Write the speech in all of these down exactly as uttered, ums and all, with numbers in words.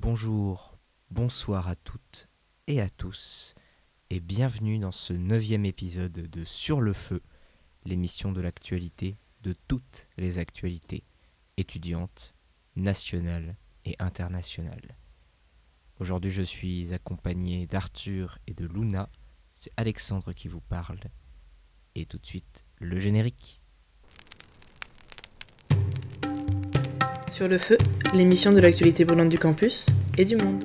Bonjour, bonsoir à toutes et à tous, et bienvenue dans ce neuvième épisode de Sur le Feu, l'émission de l'actualité, de toutes les actualités étudiantes, nationales et internationales. Aujourd'hui, je suis accompagné d'Arthur et de Luna. C'est Alexandre qui vous parle. Et tout de suite, le générique. Sur le Feu, l'émission de l'actualité brûlante du campus et du monde.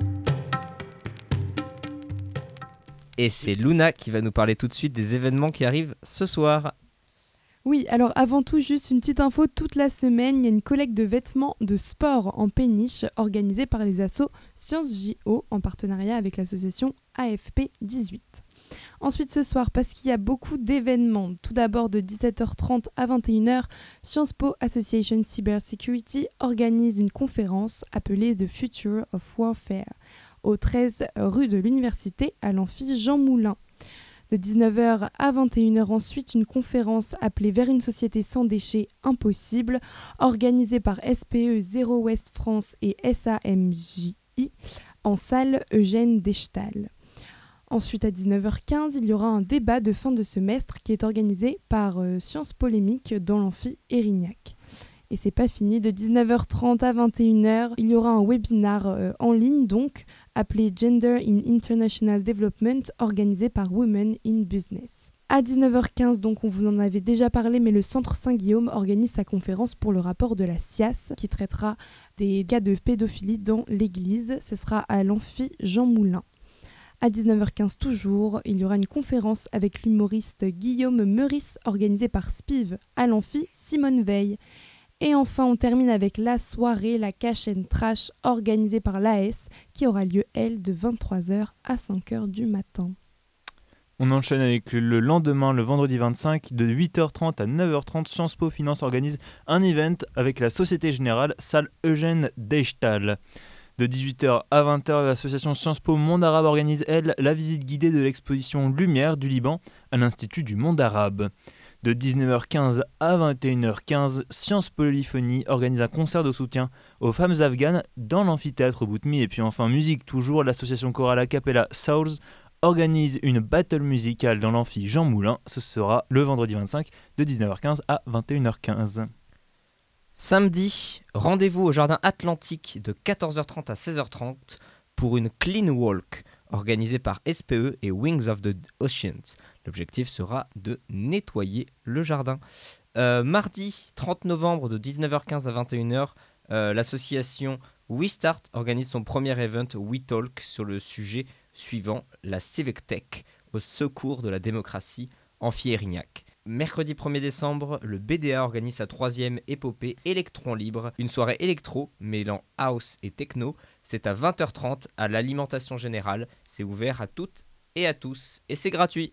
Et c'est Luna qui va nous parler tout de suite des événements qui arrivent ce soir. Oui, alors avant tout, juste une petite info, toute la semaine, il y a une collecte de vêtements de sport en péniche organisée par les assos Sciences J O en partenariat avec l'association A F P dix-huit. Ensuite ce soir, parce qu'il y a beaucoup d'événements, tout d'abord de dix-sept heures trente à vingt et une heures, Sciences Po Association Cyber Security organise une conférence appelée The Future of Warfare au treize rue de l'Université à l'amphi Jean Moulin. De dix-neuf heures à vingt et une heures ensuite, une conférence appelée Vers une société sans déchets impossible, organisée par S P E Zero Waste France et S A M J I en salle Eugène Dechtal. Ensuite, à dix-neuf heures quinze, il y aura un débat de fin de semestre qui est organisé par euh, Sciences Polémiques dans l'amphi Érignac. Et c'est pas fini, de dix-neuf heures trente à vingt et une heures, il y aura un webinar euh, en ligne donc, appelé Gender in International Development, organisé par Women in Business. À dix-neuf heures quinze, donc on vous en avait déjà parlé, mais le Centre Saint-Guillaume organise sa conférence pour le rapport de la C I A S, qui traitera des cas de pédophilie dans l'église. Ce sera à l'amphi Jean Moulin. À dix-neuf heures quinze toujours, il y aura une conférence avec l'humoriste Guillaume Meurice, organisée par S P I V à l'amphi Simone Veil. Et enfin, on termine avec la soirée, la Cash and Trash, organisée par l'A S, qui aura lieu, elle, de vingt-trois heures à cinq heures du matin. On enchaîne avec le lendemain, le vendredi vingt-cinq, de huit heures trente à neuf heures trente, Sciences Po Finance organise un event avec la Société Générale, salle Eugène Dechtal. De dix-huit heures à vingt heures, l'association Sciences Po Monde Arabe organise, elle, la visite guidée de l'exposition Lumière du Liban à l'Institut du Monde Arabe. De dix-neuf heures quinze à vingt et une heures quinze, Sciences Polyphonie organise un concert de soutien aux femmes afghanes dans l'amphithéâtre Boutmi. Et puis enfin, musique toujours, l'association chorale a cappella Souls organise une battle musicale dans l'amphi Jean Moulin. Ce sera le vendredi vingt-cinq de dix-neuf heures quinze à vingt et une heures quinze. Samedi, rendez-vous au Jardin Atlantique de quatorze heures trente à seize heures trente pour une Clean Walk organisée par S P E et Wings of the Oceans. L'objectif sera de nettoyer le jardin. Euh, mardi trente novembre de dix-neuf heures quinze à vingt et une heures, euh, l'association We Start organise son premier event We Talk sur le sujet suivant, la Civic Tech au secours de la démocratie, amphi Érignac. Mercredi premier décembre, le B D A organise sa troisième épopée Électron Libre, une soirée électro mêlant house et techno. C'est à vingt heures trente à l'alimentation générale. C'est ouvert à toutes et à tous et c'est gratuit.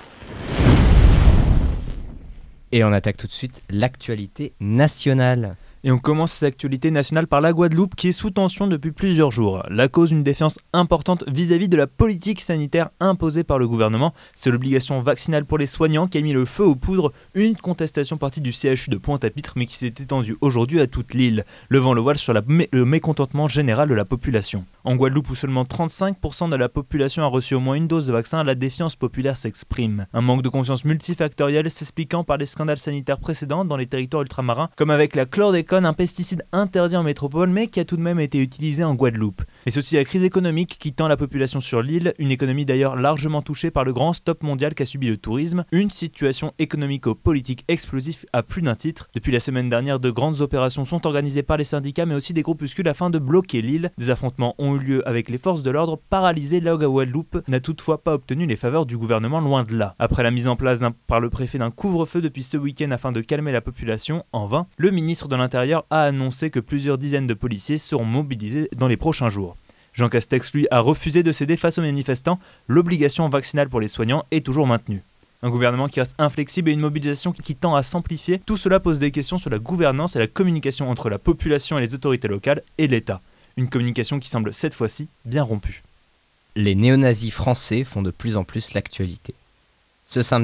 Et on attaque tout de suite l'actualité nationale. Et on commence ces actualités nationales par la Guadeloupe qui est sous tension depuis plusieurs jours. La cause d'une défiance importante vis-à-vis de la politique sanitaire imposée par le gouvernement, c'est l'obligation vaccinale pour les soignants qui a mis le feu aux poudres, une contestation partie du C H U de Pointe-à-Pitre mais qui s'est étendue aujourd'hui à toute l'île, levant le voile sur la mé- le mécontentement général de la population. En Guadeloupe où seulement trente-cinq pour cent de la population a reçu au moins une dose de vaccin, la défiance populaire s'exprime. Un manque de confiance multifactoriel s'expliquant par les scandales sanitaires précédents dans les territoires ultramarins, comme avec la chlordécone, un pesticide interdit en métropole mais qui a tout de même été utilisé en Guadeloupe. Mais c'est aussi la crise économique qui tend la population sur l'île, une économie d'ailleurs largement touchée par le grand stop mondial qu'a subi le tourisme, une situation économico-politique explosive à plus d'un titre. Depuis la semaine dernière, de grandes opérations sont organisées par les syndicats mais aussi des groupuscules afin de bloquer l'île. Des affrontements ont eu lieu avec les forces de l'ordre paralysées. La Guadeloupe n'a toutefois pas obtenu les faveurs du gouvernement, loin de là. Après la mise en place par le préfet d'un couvre-feu depuis ce week-end afin de calmer la population, en vain, le ministre de l'Intérieur a annoncé que plusieurs dizaines de policiers seront mobilisés dans les prochains jours. Jean Castex, lui, a refusé de céder face aux manifestants. L'obligation vaccinale pour les soignants est toujours maintenue. Un gouvernement qui reste inflexible et une mobilisation qui tend à s'amplifier, tout cela pose des questions sur la gouvernance et la communication entre la population et les autorités locales et l'État. Une communication qui semble cette fois-ci bien rompue. Les néo-nazis français font de plus en plus l'actualité. Ce samedi,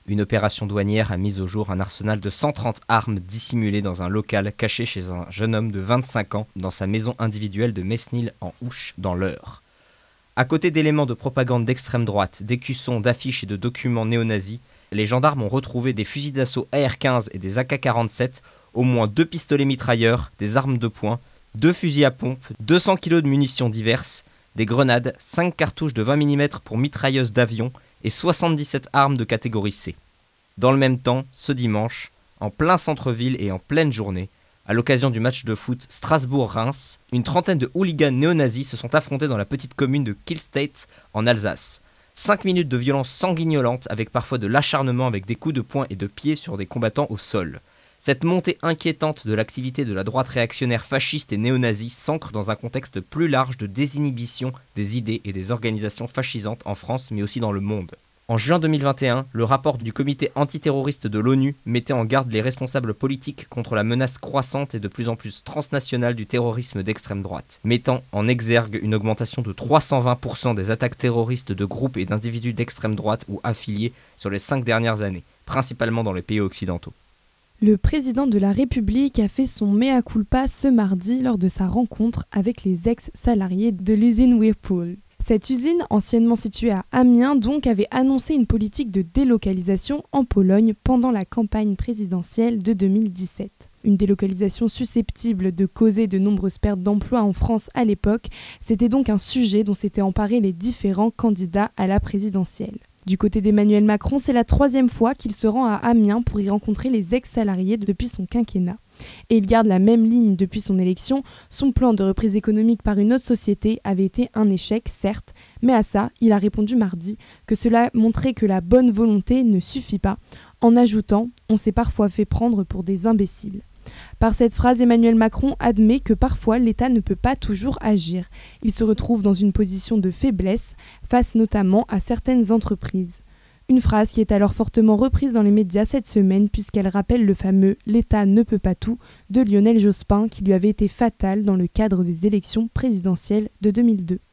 Une opération douanière a mis au jour un arsenal de cent trente armes dissimulées dans un local caché chez un jeune homme de vingt-cinq ans dans sa maison individuelle de Mesnil en Ouche, dans l'Eure. À côté d'éléments de propagande d'extrême droite, d'écussons, d'affiches et de documents néo-nazis, les gendarmes ont retrouvé des fusils d'assaut A R quinze et des A K quarante-sept, au moins deux pistolets mitrailleurs, des armes de poing, deux fusils à pompe, deux cents kilos de munitions diverses, des grenades, cinq cartouches de vingt millimètres pour mitrailleuses d'avion et soixante-dix-sept armes de catégorie C. Dans le même temps, ce dimanche, en plein centre-ville et en pleine journée, à l'occasion du match de foot Strasbourg-Reims, une trentaine de hooligans néo-nazis se sont affrontés dans la petite commune de Kielstedt en Alsace. Cinq minutes de violence sanguignolante avec parfois de l'acharnement avec des coups de poing et de pied sur des combattants au sol. Cette montée inquiétante de l'activité de la droite réactionnaire fasciste et néo-nazie s'ancre dans un contexte plus large de désinhibition des idées et des organisations fascisantes en France mais aussi dans le monde. En juin deux mille vingt et un, le rapport du comité antiterroriste de l'ONU mettait en garde les responsables politiques contre la menace croissante et de plus en plus transnationale du terrorisme d'extrême droite, mettant en exergue une augmentation de trois cent vingt pour cent des attaques terroristes de groupes et d'individus d'extrême droite ou affiliés sur les cinq dernières années, principalement dans les pays occidentaux. Le président de la République a fait son mea culpa ce mardi lors de sa rencontre avec les ex-salariés de l'usine Whirlpool. Cette usine, anciennement située à Amiens, donc, avait annoncé une politique de délocalisation en Pologne pendant la campagne présidentielle de deux mille dix-sept. Une délocalisation susceptible de causer de nombreuses pertes d'emplois en France à l'époque, c'était donc un sujet dont s'étaient emparés les différents candidats à la présidentielle. Du côté d'Emmanuel Macron, c'est la troisième fois qu'il se rend à Amiens pour y rencontrer les ex-salariés depuis son quinquennat. Et il garde la même ligne depuis son élection. Son plan de reprise économique par une autre société avait été un échec, certes, mais à ça, il a répondu mardi que cela montrait que la bonne volonté ne suffit pas, en ajoutant « on s'est parfois fait prendre pour des imbéciles ». Par cette phrase, Emmanuel Macron admet que parfois l'État ne peut pas toujours agir. Il se retrouve dans une position de faiblesse, face notamment à certaines entreprises. Une phrase qui est alors fortement reprise dans les médias cette semaine puisqu'elle rappelle le fameux « l'État ne peut pas tout » de Lionel Jospin qui lui avait été fatal dans le cadre des élections présidentielles de deux mille deux.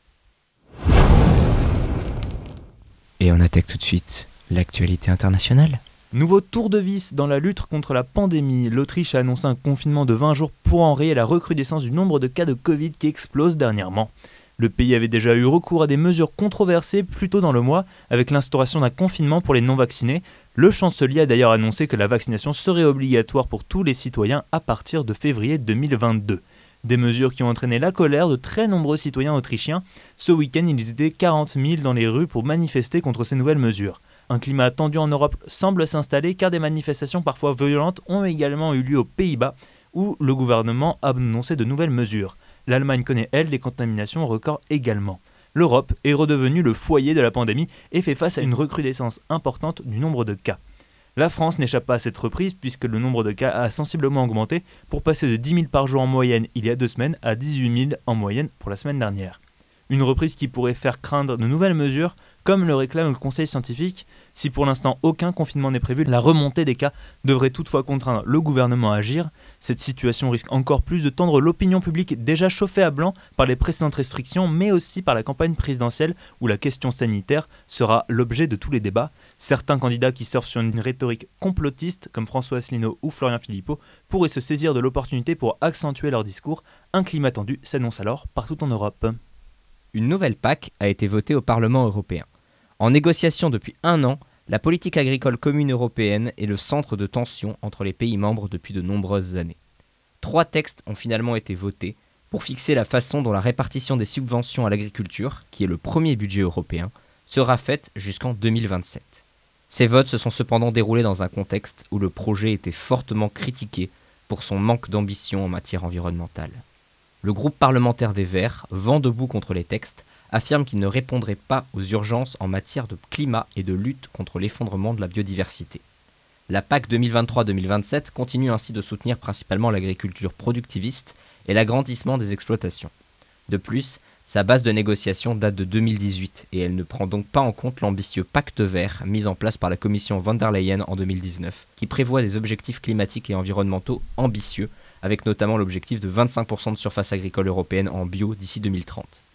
Et on attaque tout de suite l'actualité internationale. Nouveau tour de vis dans la lutte contre la pandémie. L'Autriche a annoncé un confinement de vingt jours pour enrayer la recrudescence du nombre de cas de Covid qui explose dernièrement. Le pays avait déjà eu recours à des mesures controversées plus tôt dans le mois, avec l'instauration d'un confinement pour les non-vaccinés. Le chancelier a d'ailleurs annoncé que la vaccination serait obligatoire pour tous les citoyens à partir de février deux mille vingt-deux. Des mesures qui ont entraîné la colère de très nombreux citoyens autrichiens. Ce week-end, ils étaient quarante mille dans les rues pour manifester contre ces nouvelles mesures. Un climat tendu en Europe semble s'installer car des manifestations parfois violentes ont également eu lieu aux Pays-Bas où le gouvernement a annoncé de nouvelles mesures. L'Allemagne connaît, elle, des contaminations records également. L'Europe est redevenue le foyer de la pandémie et fait face à une recrudescence importante du nombre de cas. La France n'échappe pas à cette reprise puisque le nombre de cas a sensiblement augmenté pour passer de dix mille par jour en moyenne il y a deux semaines à dix-huit mille en moyenne pour la semaine dernière. Une reprise qui pourrait faire craindre de nouvelles mesures, comme le réclame le Conseil scientifique. Si pour l'instant aucun confinement n'est prévu, la remontée des cas devrait toutefois contraindre le gouvernement à agir. Cette situation risque encore plus de tendre l'opinion publique déjà chauffée à blanc par les précédentes restrictions, mais aussi par la campagne présidentielle où la question sanitaire sera l'objet de tous les débats. Certains candidats qui surfent sur une rhétorique complotiste, comme François Asselineau ou Florian Philippot, pourraient se saisir de l'opportunité pour accentuer leur discours. Un climat tendu s'annonce alors partout en Europe. Une nouvelle P A C a été votée au Parlement européen. En négociation depuis un an, la politique agricole commune européenne est le centre de tension entre les pays membres depuis de nombreuses années. Trois textes ont finalement été votés pour fixer la façon dont la répartition des subventions à l'agriculture, qui est le premier budget européen, sera faite jusqu'en deux mille vingt-sept. Ces votes se sont cependant déroulés dans un contexte où le projet était fortement critiqué pour son manque d'ambition en matière environnementale. Le groupe parlementaire des Verts, vent debout contre les textes, affirme qu'il ne répondrait pas aux urgences en matière de climat et de lutte contre l'effondrement de la biodiversité. La P A C deux mille vingt-trois deux mille vingt-sept continue ainsi de soutenir principalement l'agriculture productiviste et l'agrandissement des exploitations. De plus, sa base de négociation date de deux mille dix-huit et elle ne prend donc pas en compte l'ambitieux pacte vert mis en place par la commission von der Leyen en deux mille dix-neuf, qui prévoit des objectifs climatiques et environnementaux ambitieux, avec notamment l'objectif de vingt-cinq pour cent de surface agricole européenne en bio d'ici deux mille trente.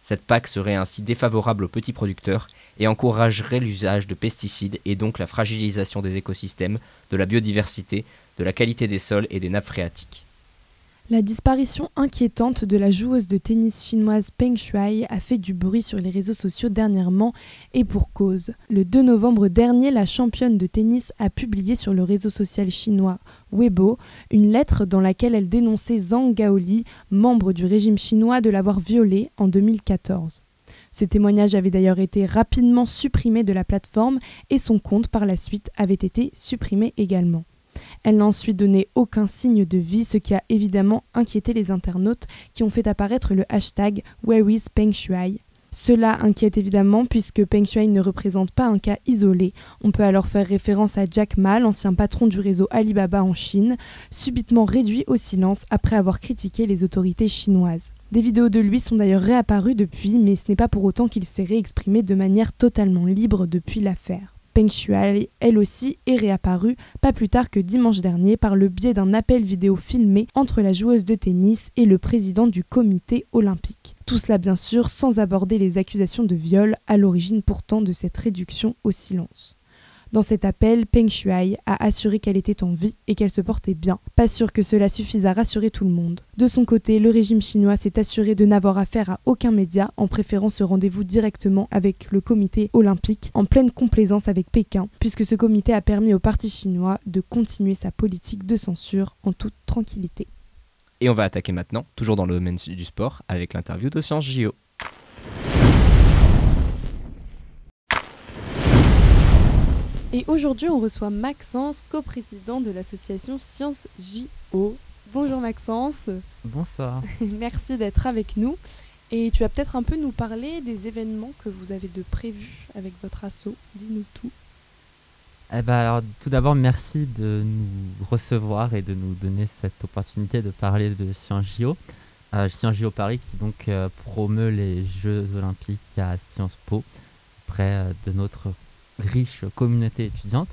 Cette P A C serait ainsi défavorable aux petits producteurs et encouragerait l'usage de pesticides et donc la fragilisation des écosystèmes, de la biodiversité, de la qualité des sols et des nappes phréatiques. La disparition inquiétante de la joueuse de tennis chinoise Peng Shuai a fait du bruit sur les réseaux sociaux dernièrement et pour cause. Le deux novembre dernier, la championne de tennis a publié sur le réseau social chinois Weibo une lettre dans laquelle elle dénonçait Zhang Gaoli, membre du régime chinois, de l'avoir violée en deux mille quatorze. Ce témoignage avait d'ailleurs été rapidement supprimé de la plateforme et son compte par la suite avait été supprimé également. Elle n'a ensuite donné aucun signe de vie, ce qui a évidemment inquiété les internautes qui ont fait apparaître le hashtag Where is Peng Shuai. Cela inquiète évidemment puisque Peng Shuai ne représente pas un cas isolé. On peut alors faire référence à Jack Ma, l'ancien patron du réseau Alibaba en Chine, subitement réduit au silence après avoir critiqué les autorités chinoises. Des vidéos de lui sont d'ailleurs réapparues depuis, mais ce n'est pas pour autant qu'il s'est réexprimé de manière totalement libre depuis l'affaire. Peng Shuai, elle aussi, est réapparue pas plus tard que dimanche dernier par le biais d'un appel vidéo filmé entre la joueuse de tennis et le président du comité olympique. Tout cela bien sûr sans aborder les accusations de viol à l'origine pourtant de cette réduction au silence. Dans cet appel, Peng Shuai a assuré qu'elle était en vie et qu'elle se portait bien. Pas sûr que cela suffise à rassurer tout le monde. De son côté, le régime chinois s'est assuré de n'avoir affaire à aucun média en préférant ce rendez-vous directement avec le comité olympique en pleine complaisance avec Pékin, puisque ce comité a permis au parti chinois de continuer sa politique de censure en toute tranquillité. Et on va attaquer maintenant, toujours dans le domaine du sport, avec l'interview de Sciences J O. Et aujourd'hui, on reçoit Maxence, coprésident de l'association Sciences J O. Bonjour Maxence. Bonsoir. Merci d'être avec nous. Et tu vas peut-être un peu nous parler des événements que vous avez de prévus avec votre asso. Dis-nous tout. Eh ben alors, tout d'abord, merci de nous recevoir et de nous donner cette opportunité de parler de Sciences J O. Euh, Sciences J O Paris qui donc euh, promeut les Jeux Olympiques à Sciences Po, près euh, de notre riche communauté étudiante.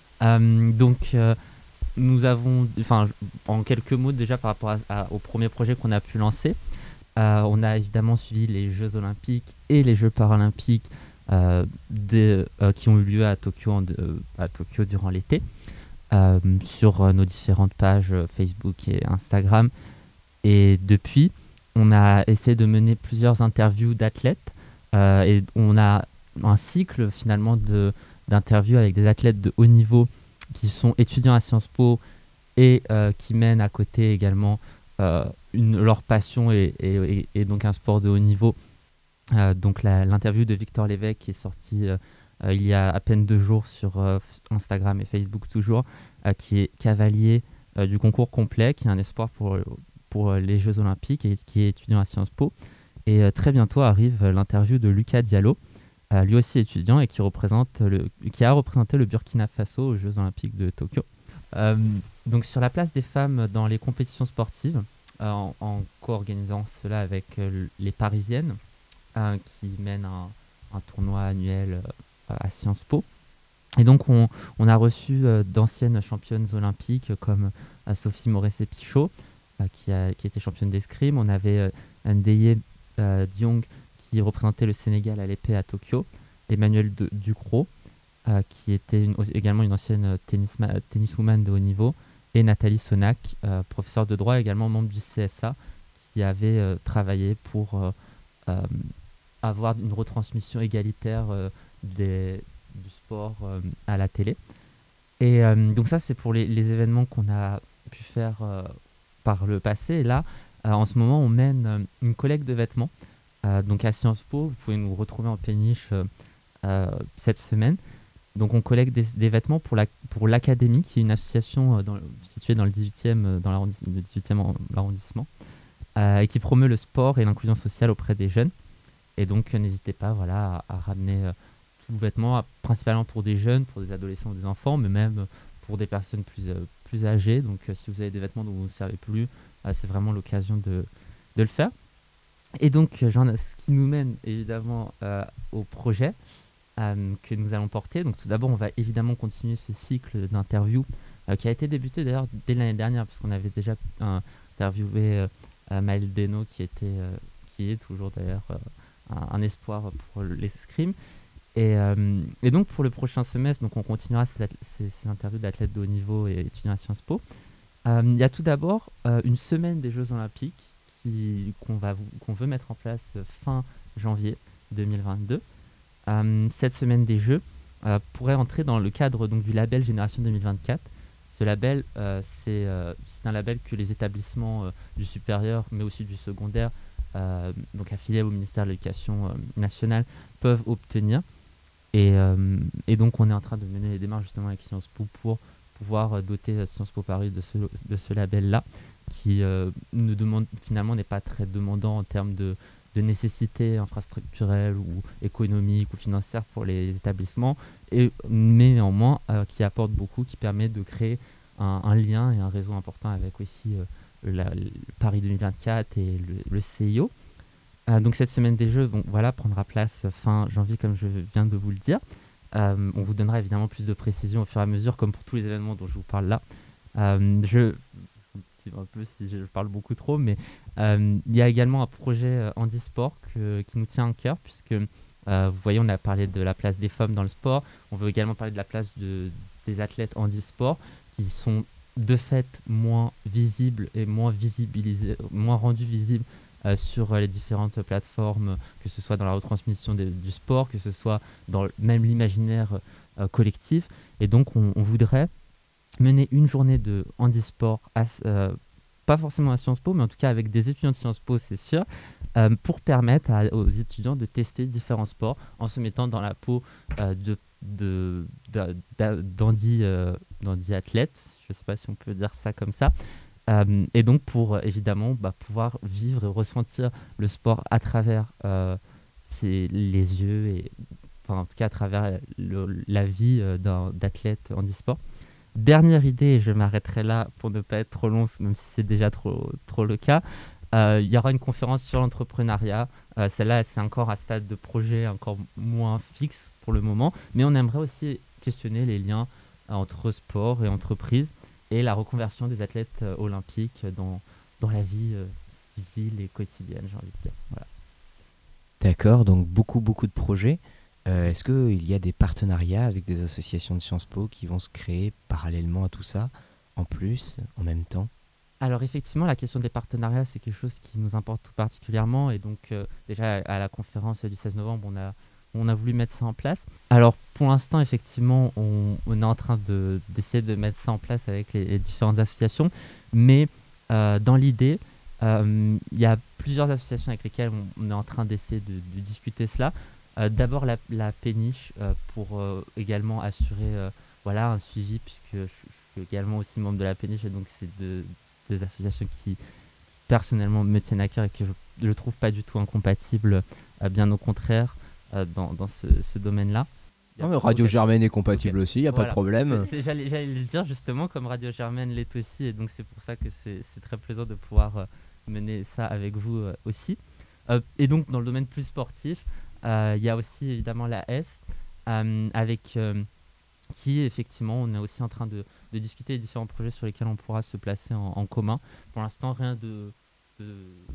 Euh, donc, euh, nous avons, enfin, en quelques mots déjà par rapport à, à, au premier projet qu'on a pu lancer, euh, on a évidemment suivi les Jeux Olympiques et les Jeux Paralympiques euh, de, euh, qui ont eu lieu à Tokyo, en, euh, à Tokyo durant l'été, euh, sur euh, nos différentes pages euh, Facebook et Instagram. Et depuis, on a essayé de mener plusieurs interviews d'athlètes euh, et on a un cycle finalement de, d'interviews avec des athlètes de haut niveau qui sont étudiants à Sciences Po et euh, qui mènent à côté également euh, une, leur passion et, et, et, et donc un sport de haut niveau. Euh, donc la, l'interview de Victor Lévesque qui est sortie euh, euh, il y a à peine deux jours sur euh, Instagram et Facebook toujours, euh, qui est cavalier euh, du concours complet, qui est un espoir pour, pour les Jeux Olympiques et qui est étudiant à Sciences Po. Et euh, très bientôt arrive l'interview de Lucas Diallo, Euh, lui aussi étudiant et qui, représente le, qui a représenté le Burkina Faso aux Jeux Olympiques de Tokyo. Euh, donc sur la place des femmes dans les compétitions sportives, euh, en, en co-organisant cela avec euh, les Parisiennes, euh, qui mènent un, un tournoi annuel euh, à Sciences Po. Et donc on, on a reçu euh, d'anciennes championnes olympiques comme euh, Sophie Moresset-Pichot, euh, qui, a, qui était championne d'escrime. On avait euh, Ndeye euh, Diong, qui représentait le Sénégal à l'épée à Tokyo, Emmanuel de, Ducrot, euh, qui était une, également une ancienne tennisma, tenniswoman de haut niveau, et Nathalie Sonac, euh, professeure de droit, également membre du C S A, qui avait euh, travaillé pour euh, euh, avoir une retransmission égalitaire euh, des, du sport euh, à la télé. Et euh, donc ça, c'est pour les, les événements qu'on a pu faire euh, par le passé. Et là, euh, en ce moment, on mène euh, une collecte de vêtements. Euh, donc à Sciences Po, vous pouvez nous retrouver en péniche euh, euh, cette semaine. Donc on collecte des, des vêtements pour, la, pour l'Académie, qui est une association euh, dans, située dans le dix-huitième, euh, dans l'arrondi- le dix-huitième arrondissement, euh, et qui promeut le sport et l'inclusion sociale auprès des jeunes. Et donc euh, n'hésitez pas voilà, à, à ramener euh, tous vos vêtements, à, principalement pour des jeunes, pour des adolescents ou des enfants, mais même pour des personnes plus, euh, plus âgées. Donc euh, si vous avez des vêtements dont vous ne vous servez plus, euh, c'est vraiment l'occasion de, de le faire. Et donc, euh, genre, ce qui nous mène évidemment euh, au projet euh, que nous allons porter. Donc, tout d'abord, on va évidemment continuer ce cycle d'interviews euh, qui a été débuté d'ailleurs dès l'année dernière, puisqu'on avait déjà euh, interviewé euh, Maëlle Deno, qui, était, euh, qui est toujours d'ailleurs euh, un, un espoir pour l'escrime. Et, euh, et donc pour le prochain semestre, donc on continuera ces, ces, ces interviews d'athlètes de haut niveau et étudiants à Sciences Po. Euh, il y a tout d'abord euh, une semaine des Jeux Olympiques qui, qu'on, va, qu'on veut mettre en place fin janvier deux mille vingt-deux. Euh, cette semaine des Jeux euh, pourrait entrer dans le cadre donc, du label Génération deux mille vingt-quatre. Ce label, euh, c'est, euh, c'est un label que les établissements euh, du supérieur, mais aussi du secondaire, euh, donc affiliés au ministère de l'Éducation euh, nationale, peuvent obtenir. Et, euh, et donc, on est en train de mener les démarches justement avec Sciences Po pour pouvoir euh, doter euh, Sciences Po Paris de ce, de ce label-là, qui euh, ne demande, finalement n'est pas très demandant en termes de, de nécessité infrastructurelle ou économique ou financière pour les établissements, et, mais néanmoins euh, qui apporte beaucoup, qui permet de créer un, un lien et un réseau important avec aussi euh, la, le Paris deux mille vingt-quatre et le, le C I O. Euh, donc cette semaine des Jeux, bon, voilà, prendra place fin janvier, comme je viens de vous le dire. Euh, on vous donnera évidemment plus de précisions au fur et à mesure, comme pour tous les événements dont je vous parle là. Euh, je je vous un peu si je parle beaucoup trop, mais euh, il y a également un projet euh, handisport que, qui nous tient à cœur, puisque euh, vous voyez, on a parlé de la place des femmes dans le sport. On veut également parler de la place de, des athlètes handisport, qui sont de fait moins visibles et moins visibilisés, moins rendus visibles Euh, sur les différentes plateformes, que ce soit dans la retransmission des, du sport, que ce soit dans le, même l'imaginaire euh, collectif. Et donc, on, on voudrait mener une journée de handisport, à, euh, pas forcément à Sciences Po, mais en tout cas avec des étudiants de Sciences Po, c'est sûr, euh, pour permettre à, aux étudiants de tester différents sports en se mettant dans la peau euh, de, de, de, de, d'handi, euh, d'handi athlètes, je ne sais pas si on peut dire ça comme ça. Euh, et donc pour euh, évidemment bah, pouvoir vivre et ressentir le sport à travers euh, ses, les yeux et enfin, en tout cas à travers le, la vie euh, d'un, d'athlète handisport. Dernière idée, et je m'arrêterai là pour ne pas être trop long, même si c'est déjà trop, trop le cas. Euh, il y aura une conférence sur l'entrepreneuriat. Euh, celle-là, c'est encore à stade de projet, encore moins fixe pour le moment, mais on aimerait aussi questionner les liens euh, entre sport et entreprise, et la reconversion des athlètes euh, olympiques dans, dans la vie euh, civile et quotidienne, j'ai envie de dire. Voilà. D'accord, donc beaucoup, beaucoup de projets. Euh, est-ce qu'il y a des partenariats avec des associations de Sciences Po qui vont se créer parallèlement à tout ça, en plus, en même temps ? Alors effectivement, la question des partenariats, c'est quelque chose qui nous importe tout particulièrement. Et donc euh, déjà à la conférence du seize novembre, on a on a voulu mettre ça en place. Alors pour l'instant, effectivement, on, on est en train de, d'essayer de mettre ça en place avec les, les différentes associations, mais euh, dans l'idée, il euh, y a plusieurs associations avec lesquelles on, on est en train d'essayer de, de discuter cela. Euh, d'abord la, la péniche euh, pour euh, également assurer euh, voilà, un suivi, puisque je, je suis également aussi membre de la péniche, et donc c'est deux, deux associations qui, qui personnellement me tiennent à cœur et que je ne trouve pas du tout incompatibles, euh, bien au contraire. Euh, dans, dans ce, ce domaine-là. Non, mais Radio Germaine est compatible okay. aussi, il n'y a voilà. pas de problème. C'est, c'est, j'allais, j'allais le dire justement, comme Radio Germaine l'est aussi, et donc c'est pour ça que c'est, c'est très plaisant de pouvoir euh, mener ça avec vous euh, aussi. Euh, et donc dans le domaine plus sportif, il euh, y a aussi évidemment la S, euh, avec euh, qui effectivement on est aussi en train de, de discuter des différents projets sur lesquels on pourra se placer en, en commun. Pour l'instant, rien de... de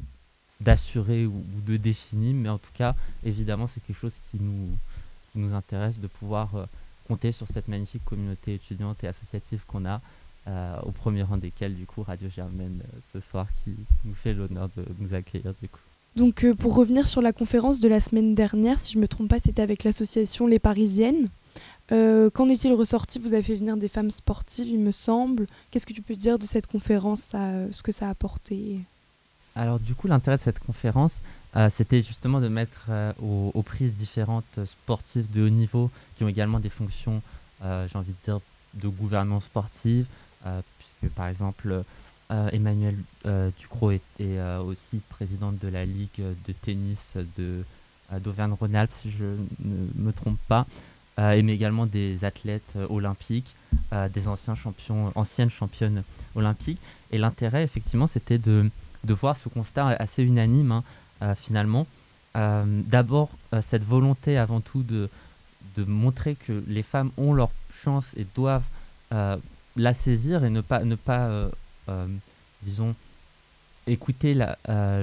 d'assurer ou, ou de défini, mais en tout cas, évidemment, c'est quelque chose qui nous, qui nous intéresse de pouvoir euh, compter sur cette magnifique communauté étudiante et associative qu'on a, euh, au premier rang desquels, du coup, Radio Germaine, euh, ce soir, qui nous fait l'honneur de nous accueillir, du coup. Donc, euh, pour revenir sur la conférence de la semaine dernière, si je ne me trompe pas, c'était avec l'association Les Parisiennes. Euh, qu'en est-il ressorti ? Vous avez fait venir des femmes sportives, il me semble. Qu'est-ce que tu peux dire de cette conférence, ça, ce que ça a apporté ? Alors du coup, l'intérêt de cette conférence, euh, c'était justement de mettre euh, aux, aux prises différentes sportives de haut niveau, qui ont également des fonctions, euh, j'ai envie de dire, de gouvernance sportive, euh, puisque par exemple, euh, Emmanuelle euh, Ducrot est, est euh, aussi présidente de la Ligue de tennis de, euh, d'Auvergne-Rhône-Alpes, si je ne me trompe pas, euh, mais également des athlètes euh, olympiques, euh, des anciens champions, anciennes championnes olympiques. Et l'intérêt, effectivement, c'était de... de voir ce constat assez unanime, hein, euh, finalement. Euh, d'abord, euh, cette volonté avant tout de, de montrer que les femmes ont leur chance et doivent euh, la saisir et ne pas, ne pas euh, euh, disons, écouter la, euh,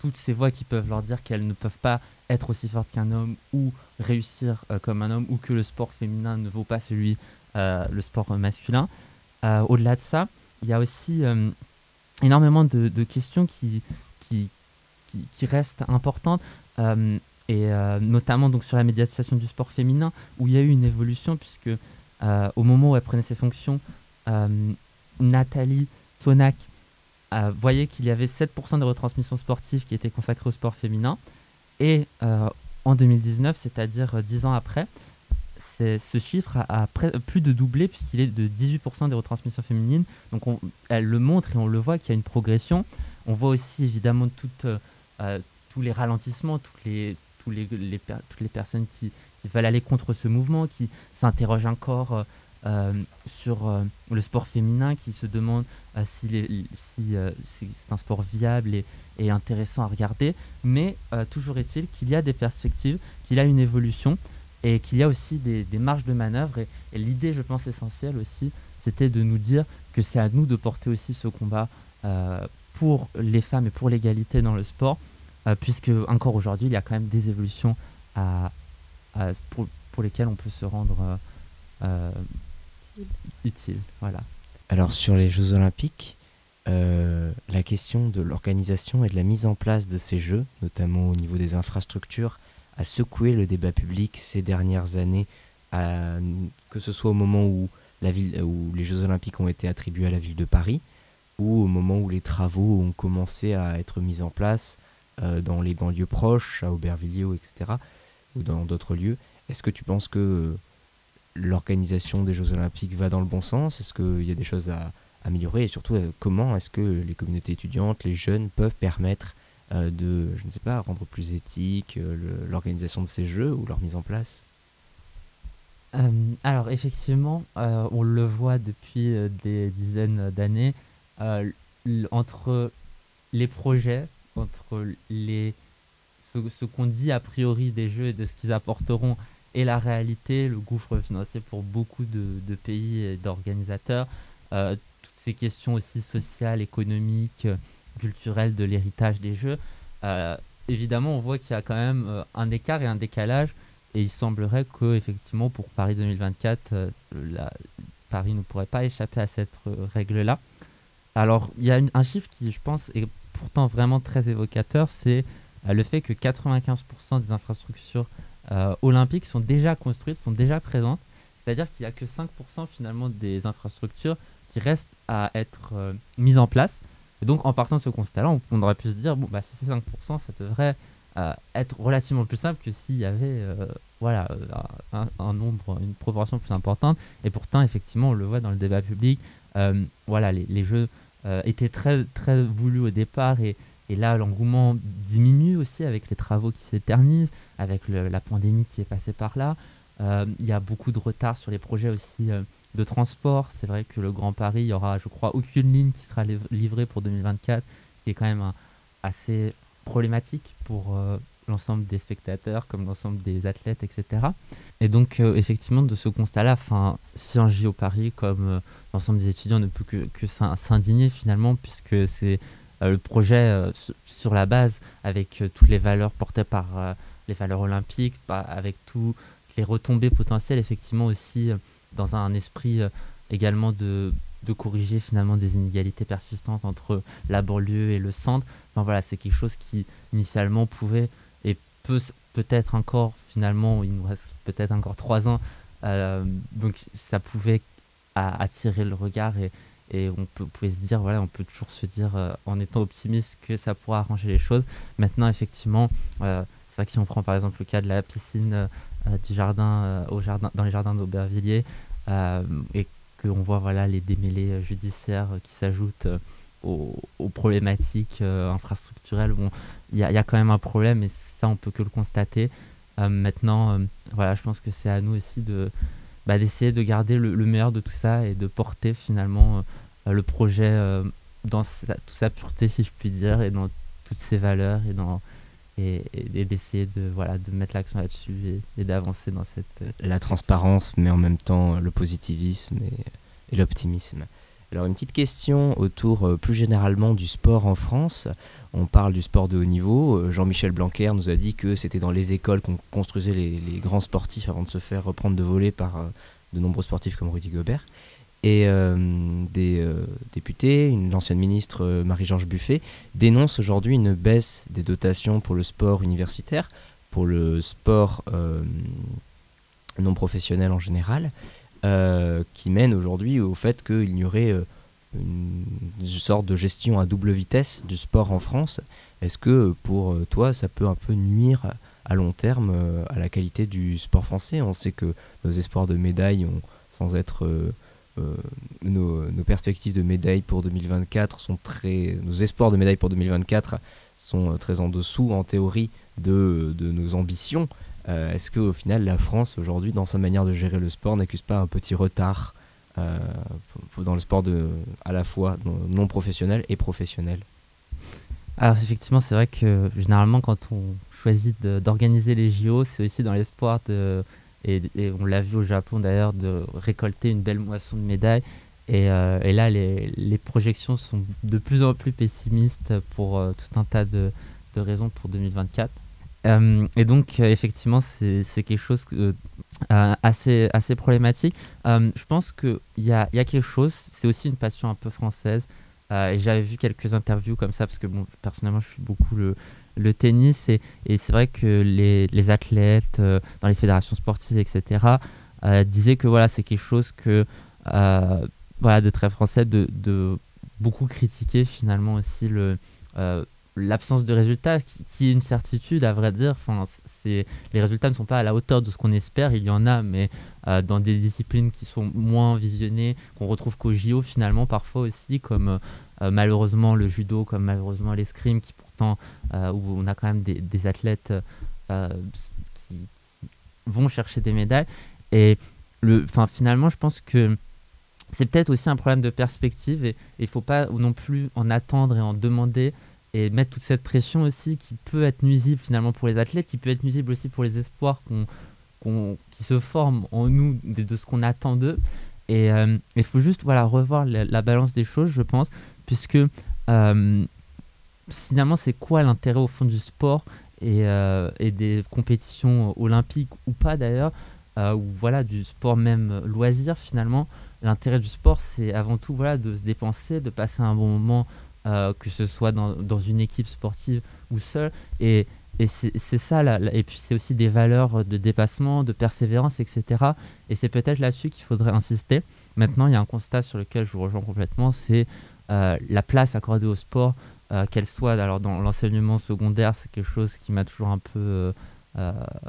toutes ces voix qui peuvent leur dire qu'elles ne peuvent pas être aussi fortes qu'un homme ou réussir euh, comme un homme, ou que le sport féminin ne vaut pas celui, euh, le sport masculin. Euh, au-delà de ça, il y a aussi euh, énormément de, de questions qui, qui, qui, qui restent importantes, euh, et euh, notamment donc, sur la médiatisation du sport féminin, où il y a eu une évolution, puisque euh, au moment où elle prenait ses fonctions, euh, Nathalie Sonac euh, voyait qu'il y avait sept pour cent des retransmissions sportives qui étaient consacrées au sport féminin, et euh, en deux mille dix-neuf, c'est-à-dire euh, dix ans après, c'est, ce chiffre a, a près, plus de doublé, puisqu'il est de dix-huit pour cent des retransmissions féminines. Donc on, elle le montre et on le voit qu'il y a une progression. On voit aussi évidemment toutes, euh, tous les ralentissements, toutes les, tous les, les per, toutes les personnes qui, qui veulent aller contre ce mouvement, qui s'interrogent encore euh, euh, sur euh, le sport féminin, qui se demandent euh, si, les, si euh, c'est, c'est un sport viable et, et intéressant à regarder. Mais euh, toujours est-il qu'il y a des perspectives, qu'il y a une évolution, et qu'il y a aussi des, des marges de manœuvre. Et, et l'idée, je pense, essentielle aussi, c'était de nous dire que c'est à nous de porter aussi ce combat euh, pour les femmes et pour l'égalité dans le sport, euh, puisque encore aujourd'hui, il y a quand même des évolutions à, à, pour, pour lesquelles on peut se rendre euh, euh, utile. Voilà. Alors sur les Jeux Olympiques, euh, la question de l'organisation et de la mise en place de ces Jeux, notamment au niveau des infrastructures, a secoué le débat public ces dernières années, à, que ce soit au moment où, la ville, où les Jeux Olympiques ont été attribués à la ville de Paris, ou au moment où les travaux ont commencé à être mis en place euh, dans les banlieues proches, à Aubervilliers, et cetera, ou dans d'autres lieux. Est-ce que tu penses que l'organisation des Jeux Olympiques va dans le bon sens ? Est-ce qu'il y a des choses à améliorer ? Et surtout, euh, comment est-ce que les communautés étudiantes, les jeunes, peuvent permettre euh, de, je ne sais pas, rendre plus éthique euh, le, l'organisation de ces Jeux ou leur mise en place ? Euh, alors effectivement, euh, on le voit depuis euh, des dizaines d'années, euh, l- entre les projets, entre les, ce, ce qu'on dit a priori des jeux et de ce qu'ils apporteront, et la réalité, le gouffre financier pour beaucoup de, de pays et d'organisateurs, euh, toutes ces questions aussi sociales, économiques, euh, culturelles de l'héritage des jeux, euh, évidemment on voit qu'il y a quand même euh, un écart et un décalage. Et il semblerait que, effectivement, pour Paris deux mille vingt-quatre, euh, la, Paris ne pourrait pas échapper à cette euh, règle-là. Alors, il y a une, un chiffre qui, je pense, est pourtant vraiment très évocateur, c'est euh, le fait que quatre-vingt-quinze pour cent des infrastructures euh, olympiques sont déjà construites, sont déjà présentes. C'est-à-dire qu'il n'y a que cinq pour cent finalement des infrastructures qui restent à être euh, mises en place. Et donc, en partant de ce constat-là, on, on aurait pu se dire, bon, bah, si c'est cinq pour cent, ça devrait Euh, être relativement plus simple que s'il y avait euh, voilà, un, un nombre, une proportion plus importante. Et pourtant, effectivement, on le voit dans le débat public, euh, voilà, les, les jeux euh, étaient très, très voulus au départ, et, et là, l'engouement diminue aussi avec les travaux qui s'éternisent, avec le, la pandémie qui est passée par là. Euh, Il y a beaucoup de retard sur les projets aussi euh, de transport. C'est vrai que le Grand Paris, il y aura, je crois, aucune ligne qui sera liv- livrée pour deux mille vingt-quatre, ce qui est quand même un, assez problématique pour euh, l'ensemble des spectateurs, comme l'ensemble des athlètes, et cetera. Et donc, euh, effectivement, de ce constat-là, si un J O Paris, comme euh, l'ensemble des étudiants, ne peut que, que s'indigner finalement, puisque c'est euh, le projet euh, sur, sur la base, avec euh, toutes les valeurs portées par euh, les valeurs olympiques, par, avec toutes les retombées potentielles, effectivement aussi, euh, dans un esprit euh, également de de corriger finalement des inégalités persistantes entre la banlieue et le centre. Enfin voilà, c'est quelque chose qui initialement pouvait et peut peut-être encore, finalement, il nous reste peut-être encore trois ans, euh, donc ça pouvait à, attirer le regard, et, et on peut, pouvait se dire, voilà, on peut toujours se dire euh, en étant optimiste que ça pourra arranger les choses. Maintenant, effectivement, euh, c'est vrai que si on prend par exemple le cas de la piscine euh, du jardin, euh, au jardin, dans les jardins d'Aubervilliers, euh, et on voit voilà, les démêlés judiciaires qui s'ajoutent euh, aux, aux problématiques euh, infrastructurelles. Bon, il y, y a quand même un problème, et ça, on peut que le constater. Euh, maintenant, euh, voilà, je pense que c'est à nous aussi de, bah, d'essayer de garder le, le meilleur de tout ça, et de porter finalement euh, le projet euh, dans sa, toute sa pureté, si je puis dire, et dans toutes ses valeurs, et, dans, et, et, et d'essayer de, voilà, de mettre l'accent là-dessus, et, et d'avancer dans cette... La transparence, mais en même temps le positivisme et, et l'optimisme. Alors une petite question autour euh, plus généralement du sport en France. On parle du sport de haut niveau. Euh, Jean-Michel Blanquer nous a dit que c'était dans les écoles qu'on construisait les, les grands sportifs avant de se faire reprendre de voler par euh, de nombreux sportifs comme Rudy Gobert. Et euh, des euh, députés, une, l'ancienne ministre euh, Marie-Georges Buffet, dénonce aujourd'hui une baisse des dotations pour le sport universitaire, pour le sport euh, non professionnel en général. Euh, qui mène aujourd'hui au fait qu'il y aurait euh, une, une sorte de gestion à double vitesse du sport en France. Est-ce que pour euh, toi, ça peut un peu nuire à long terme euh, à la qualité du sport français? On sait que nos espoirs de médailles, ont, sans être euh, euh, nos, nos perspectives de médailles pour deux mille vingt-quatre sont très, nos espoirs de médailles pour deux mille vingt-quatre sont euh, très en dessous en théorie de, de nos ambitions. Euh, est-ce qu'au final, la France, aujourd'hui, dans sa manière de gérer le sport, n'accuse pas un petit retard euh, dans le sport de, à la fois non professionnel et professionnel? Alors effectivement, c'est vrai que généralement, quand on choisit de, d'organiser les J O, c'est aussi dans l'espoir de, et, et on l'a vu au Japon d'ailleurs, de récolter une belle moisson de médailles. Et, euh, et là, les, les projections sont de plus en plus pessimistes pour euh, tout un tas de, de raisons pour deux mille vingt-quatre. Euh, et donc, euh, effectivement, c'est, c'est quelque chose que, euh, assez, assez problématique. Euh, je pense qu'il y a, y a quelque chose, c'est aussi une passion un peu française. Euh, et j'avais vu quelques interviews comme ça, parce que bon, personnellement, je suis beaucoup le, le tennis. Et, et c'est vrai que les, les athlètes euh, dans les fédérations sportives, et cetera, euh, disaient que voilà, c'est quelque chose que, euh, voilà, de très français, de, de beaucoup critiquer finalement aussi le... Euh, l'absence de résultats, qui, qui est une certitude à vrai dire. Enfin, c'est, les résultats ne sont pas à la hauteur de ce qu'on espère, il y en a, mais euh, dans des disciplines qui sont moins visionnées, qu'on retrouve qu'au J O finalement parfois aussi, comme euh, malheureusement le judo, comme malheureusement l'escrime, qui pourtant, euh, où on a quand même des, des athlètes euh, qui, qui vont chercher des médailles. Et le, finalement, je pense que c'est peut-être aussi un problème de perspective, et il ne faut pas non plus en attendre et en demander et mettre toute cette pression aussi qui peut être nuisible finalement pour les athlètes, qui peut être nuisible aussi pour les espoirs qu'on, qu'on, qui se forment en nous de, de ce qu'on attend d'eux. Et il euh, faut juste voilà, revoir la, la balance des choses, je pense, puisque euh, finalement, c'est quoi l'intérêt au fond du sport et, euh, et des compétitions olympiques ou pas d'ailleurs, euh, ou voilà, du sport même loisir finalement. L'intérêt du sport, c'est avant tout voilà, de se dépenser, de passer un bon moment, Euh, que ce soit dans, dans une équipe sportive ou seul, et, et c'est, c'est ça là, et puis c'est aussi des valeurs de dépassement, de persévérance, etc. Et c'est peut-être là-dessus qu'il faudrait insister. Maintenant, il y a un constat sur lequel je vous rejoins complètement, c'est euh, la place accordée au sport, euh, qu'elle soit alors dans l'enseignement secondaire, c'est quelque chose qui m'a toujours un peu euh, euh,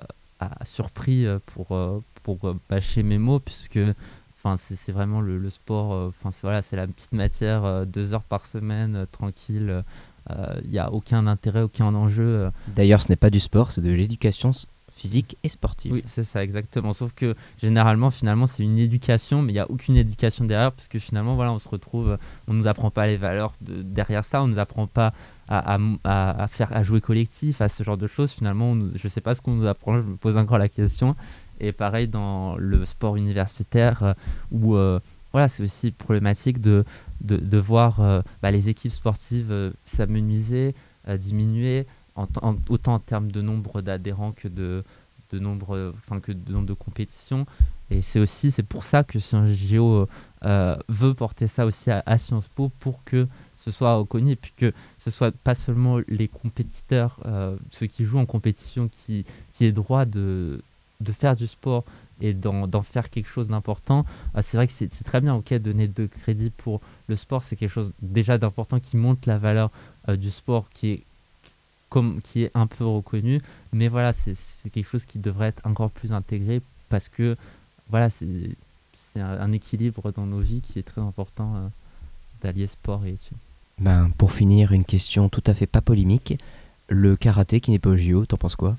surpris pour, euh, pour euh, bâcher mes mots, puisque Enfin, c'est, c'est vraiment le, le sport, enfin, euh, c'est, voilà, c'est la petite matière, euh, deux heures par semaine, euh, tranquille. Il euh, n'y a aucun intérêt, aucun enjeu. Euh. D'ailleurs, ce n'est pas du sport, c'est de l'éducation physique et sportive. Oui, c'est ça, exactement. Sauf que généralement, finalement, c'est une éducation, mais il n'y a aucune éducation derrière, parce que finalement, voilà, on se retrouve, on ne nous apprend pas les valeurs de, derrière ça, on ne nous apprend pas à, à, à, faire, à jouer collectif, à ce genre de choses. Finalement, on nous, je ne sais pas ce qu'on nous apprend, je me pose encore la question. Et pareil dans le sport universitaire, euh, où euh, voilà, c'est aussi problématique de, de, de voir euh, bah, les équipes sportives euh, s'amenuiser, euh, diminuer, en, en, autant en termes de nombre d'adhérents que de, de, nombre, enfin, que de nombre de compétitions. Et c'est aussi c'est pour ça que Sciences Géo euh, veut porter ça aussi à, à Sciences Po, pour que ce soit reconnu, et puis que ce soit pas seulement les compétiteurs, euh, ceux qui jouent en compétition, qui, qui aient droit de de faire du sport et d'en, d'en faire quelque chose d'important. Euh, c'est vrai que c'est, c'est très bien, ok, donner de crédit pour le sport, c'est quelque chose déjà d'important qui montre la valeur euh, du sport, qui est, comme, qui est un peu reconnu, mais voilà, c'est, c'est quelque chose qui devrait être encore plus intégré, parce que voilà, c'est, c'est un, un équilibre dans nos vies qui est très important euh, d'allier sport et études. Ben, pour finir, une question tout à fait pas polémique. Le karaté qui n'est pas au J O, t'en penses quoi?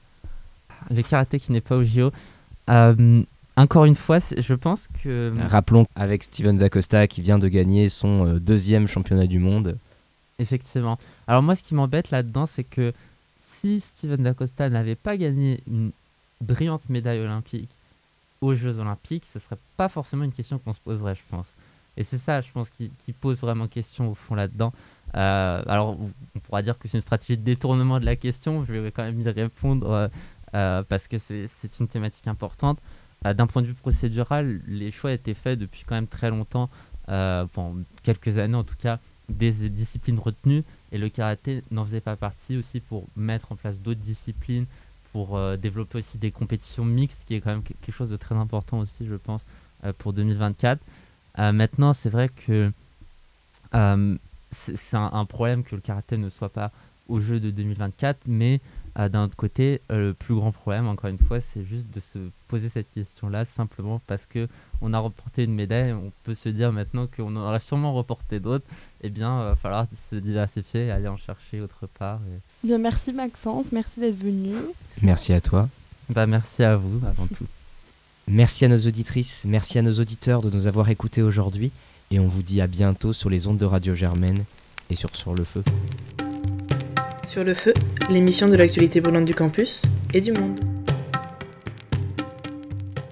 Le karaté qui n'est pas au J O. Euh, encore une fois, je pense que... Rappelons avec Steven Dacosta qui vient de gagner son euh, deuxième championnat du monde. Effectivement. Alors moi, ce qui m'embête là-dedans, c'est que si Steven Dacosta n'avait pas gagné une brillante médaille olympique aux Jeux Olympiques, ce ne serait pas forcément une question qu'on se poserait, je pense. Et c'est ça, je pense, qui, qui pose vraiment question au fond là-dedans. Euh, alors, on pourra dire que c'est une stratégie de détournement de la question, je vais quand même y répondre euh, euh, parce que c'est, c'est une thématique importante. Euh, d'un point de vue procédural, les choix étaient faits depuis quand même très longtemps, euh, bon, quelques années en tout cas, des disciplines retenues, et le karaté n'en faisait pas partie aussi pour mettre en place d'autres disciplines, pour euh, développer aussi des compétitions mixtes, qui est quand même quelque chose de très important aussi, je pense, euh, pour deux mille vingt-quatre. Euh, maintenant, c'est vrai que euh, c'est, c'est un, un problème que le karaté ne soit pas aux Jeux de deux mille vingt-quatre, mais euh, d'un autre côté, euh, le plus grand problème, encore une fois, c'est juste de se poser cette question-là, simplement parce qu'on a remporté une médaille, on peut se dire maintenant qu'on en aura sûrement remporté d'autres, eh bien, il va falloir se diversifier et aller en chercher autre part. Et... Bien, merci Maxence, merci d'être venu. Merci à toi. Bah, merci à vous, avant tout. Merci à nos auditrices, merci à nos auditeurs de nous avoir écoutés aujourd'hui, et on vous dit à bientôt sur les ondes de Radio Germaine et sur Sur le Feu. Sur le Feu, l'émission de l'actualité brûlante du campus et du monde.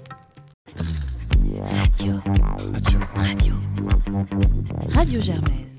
Radio. Radio. Radio. Radio Germaine.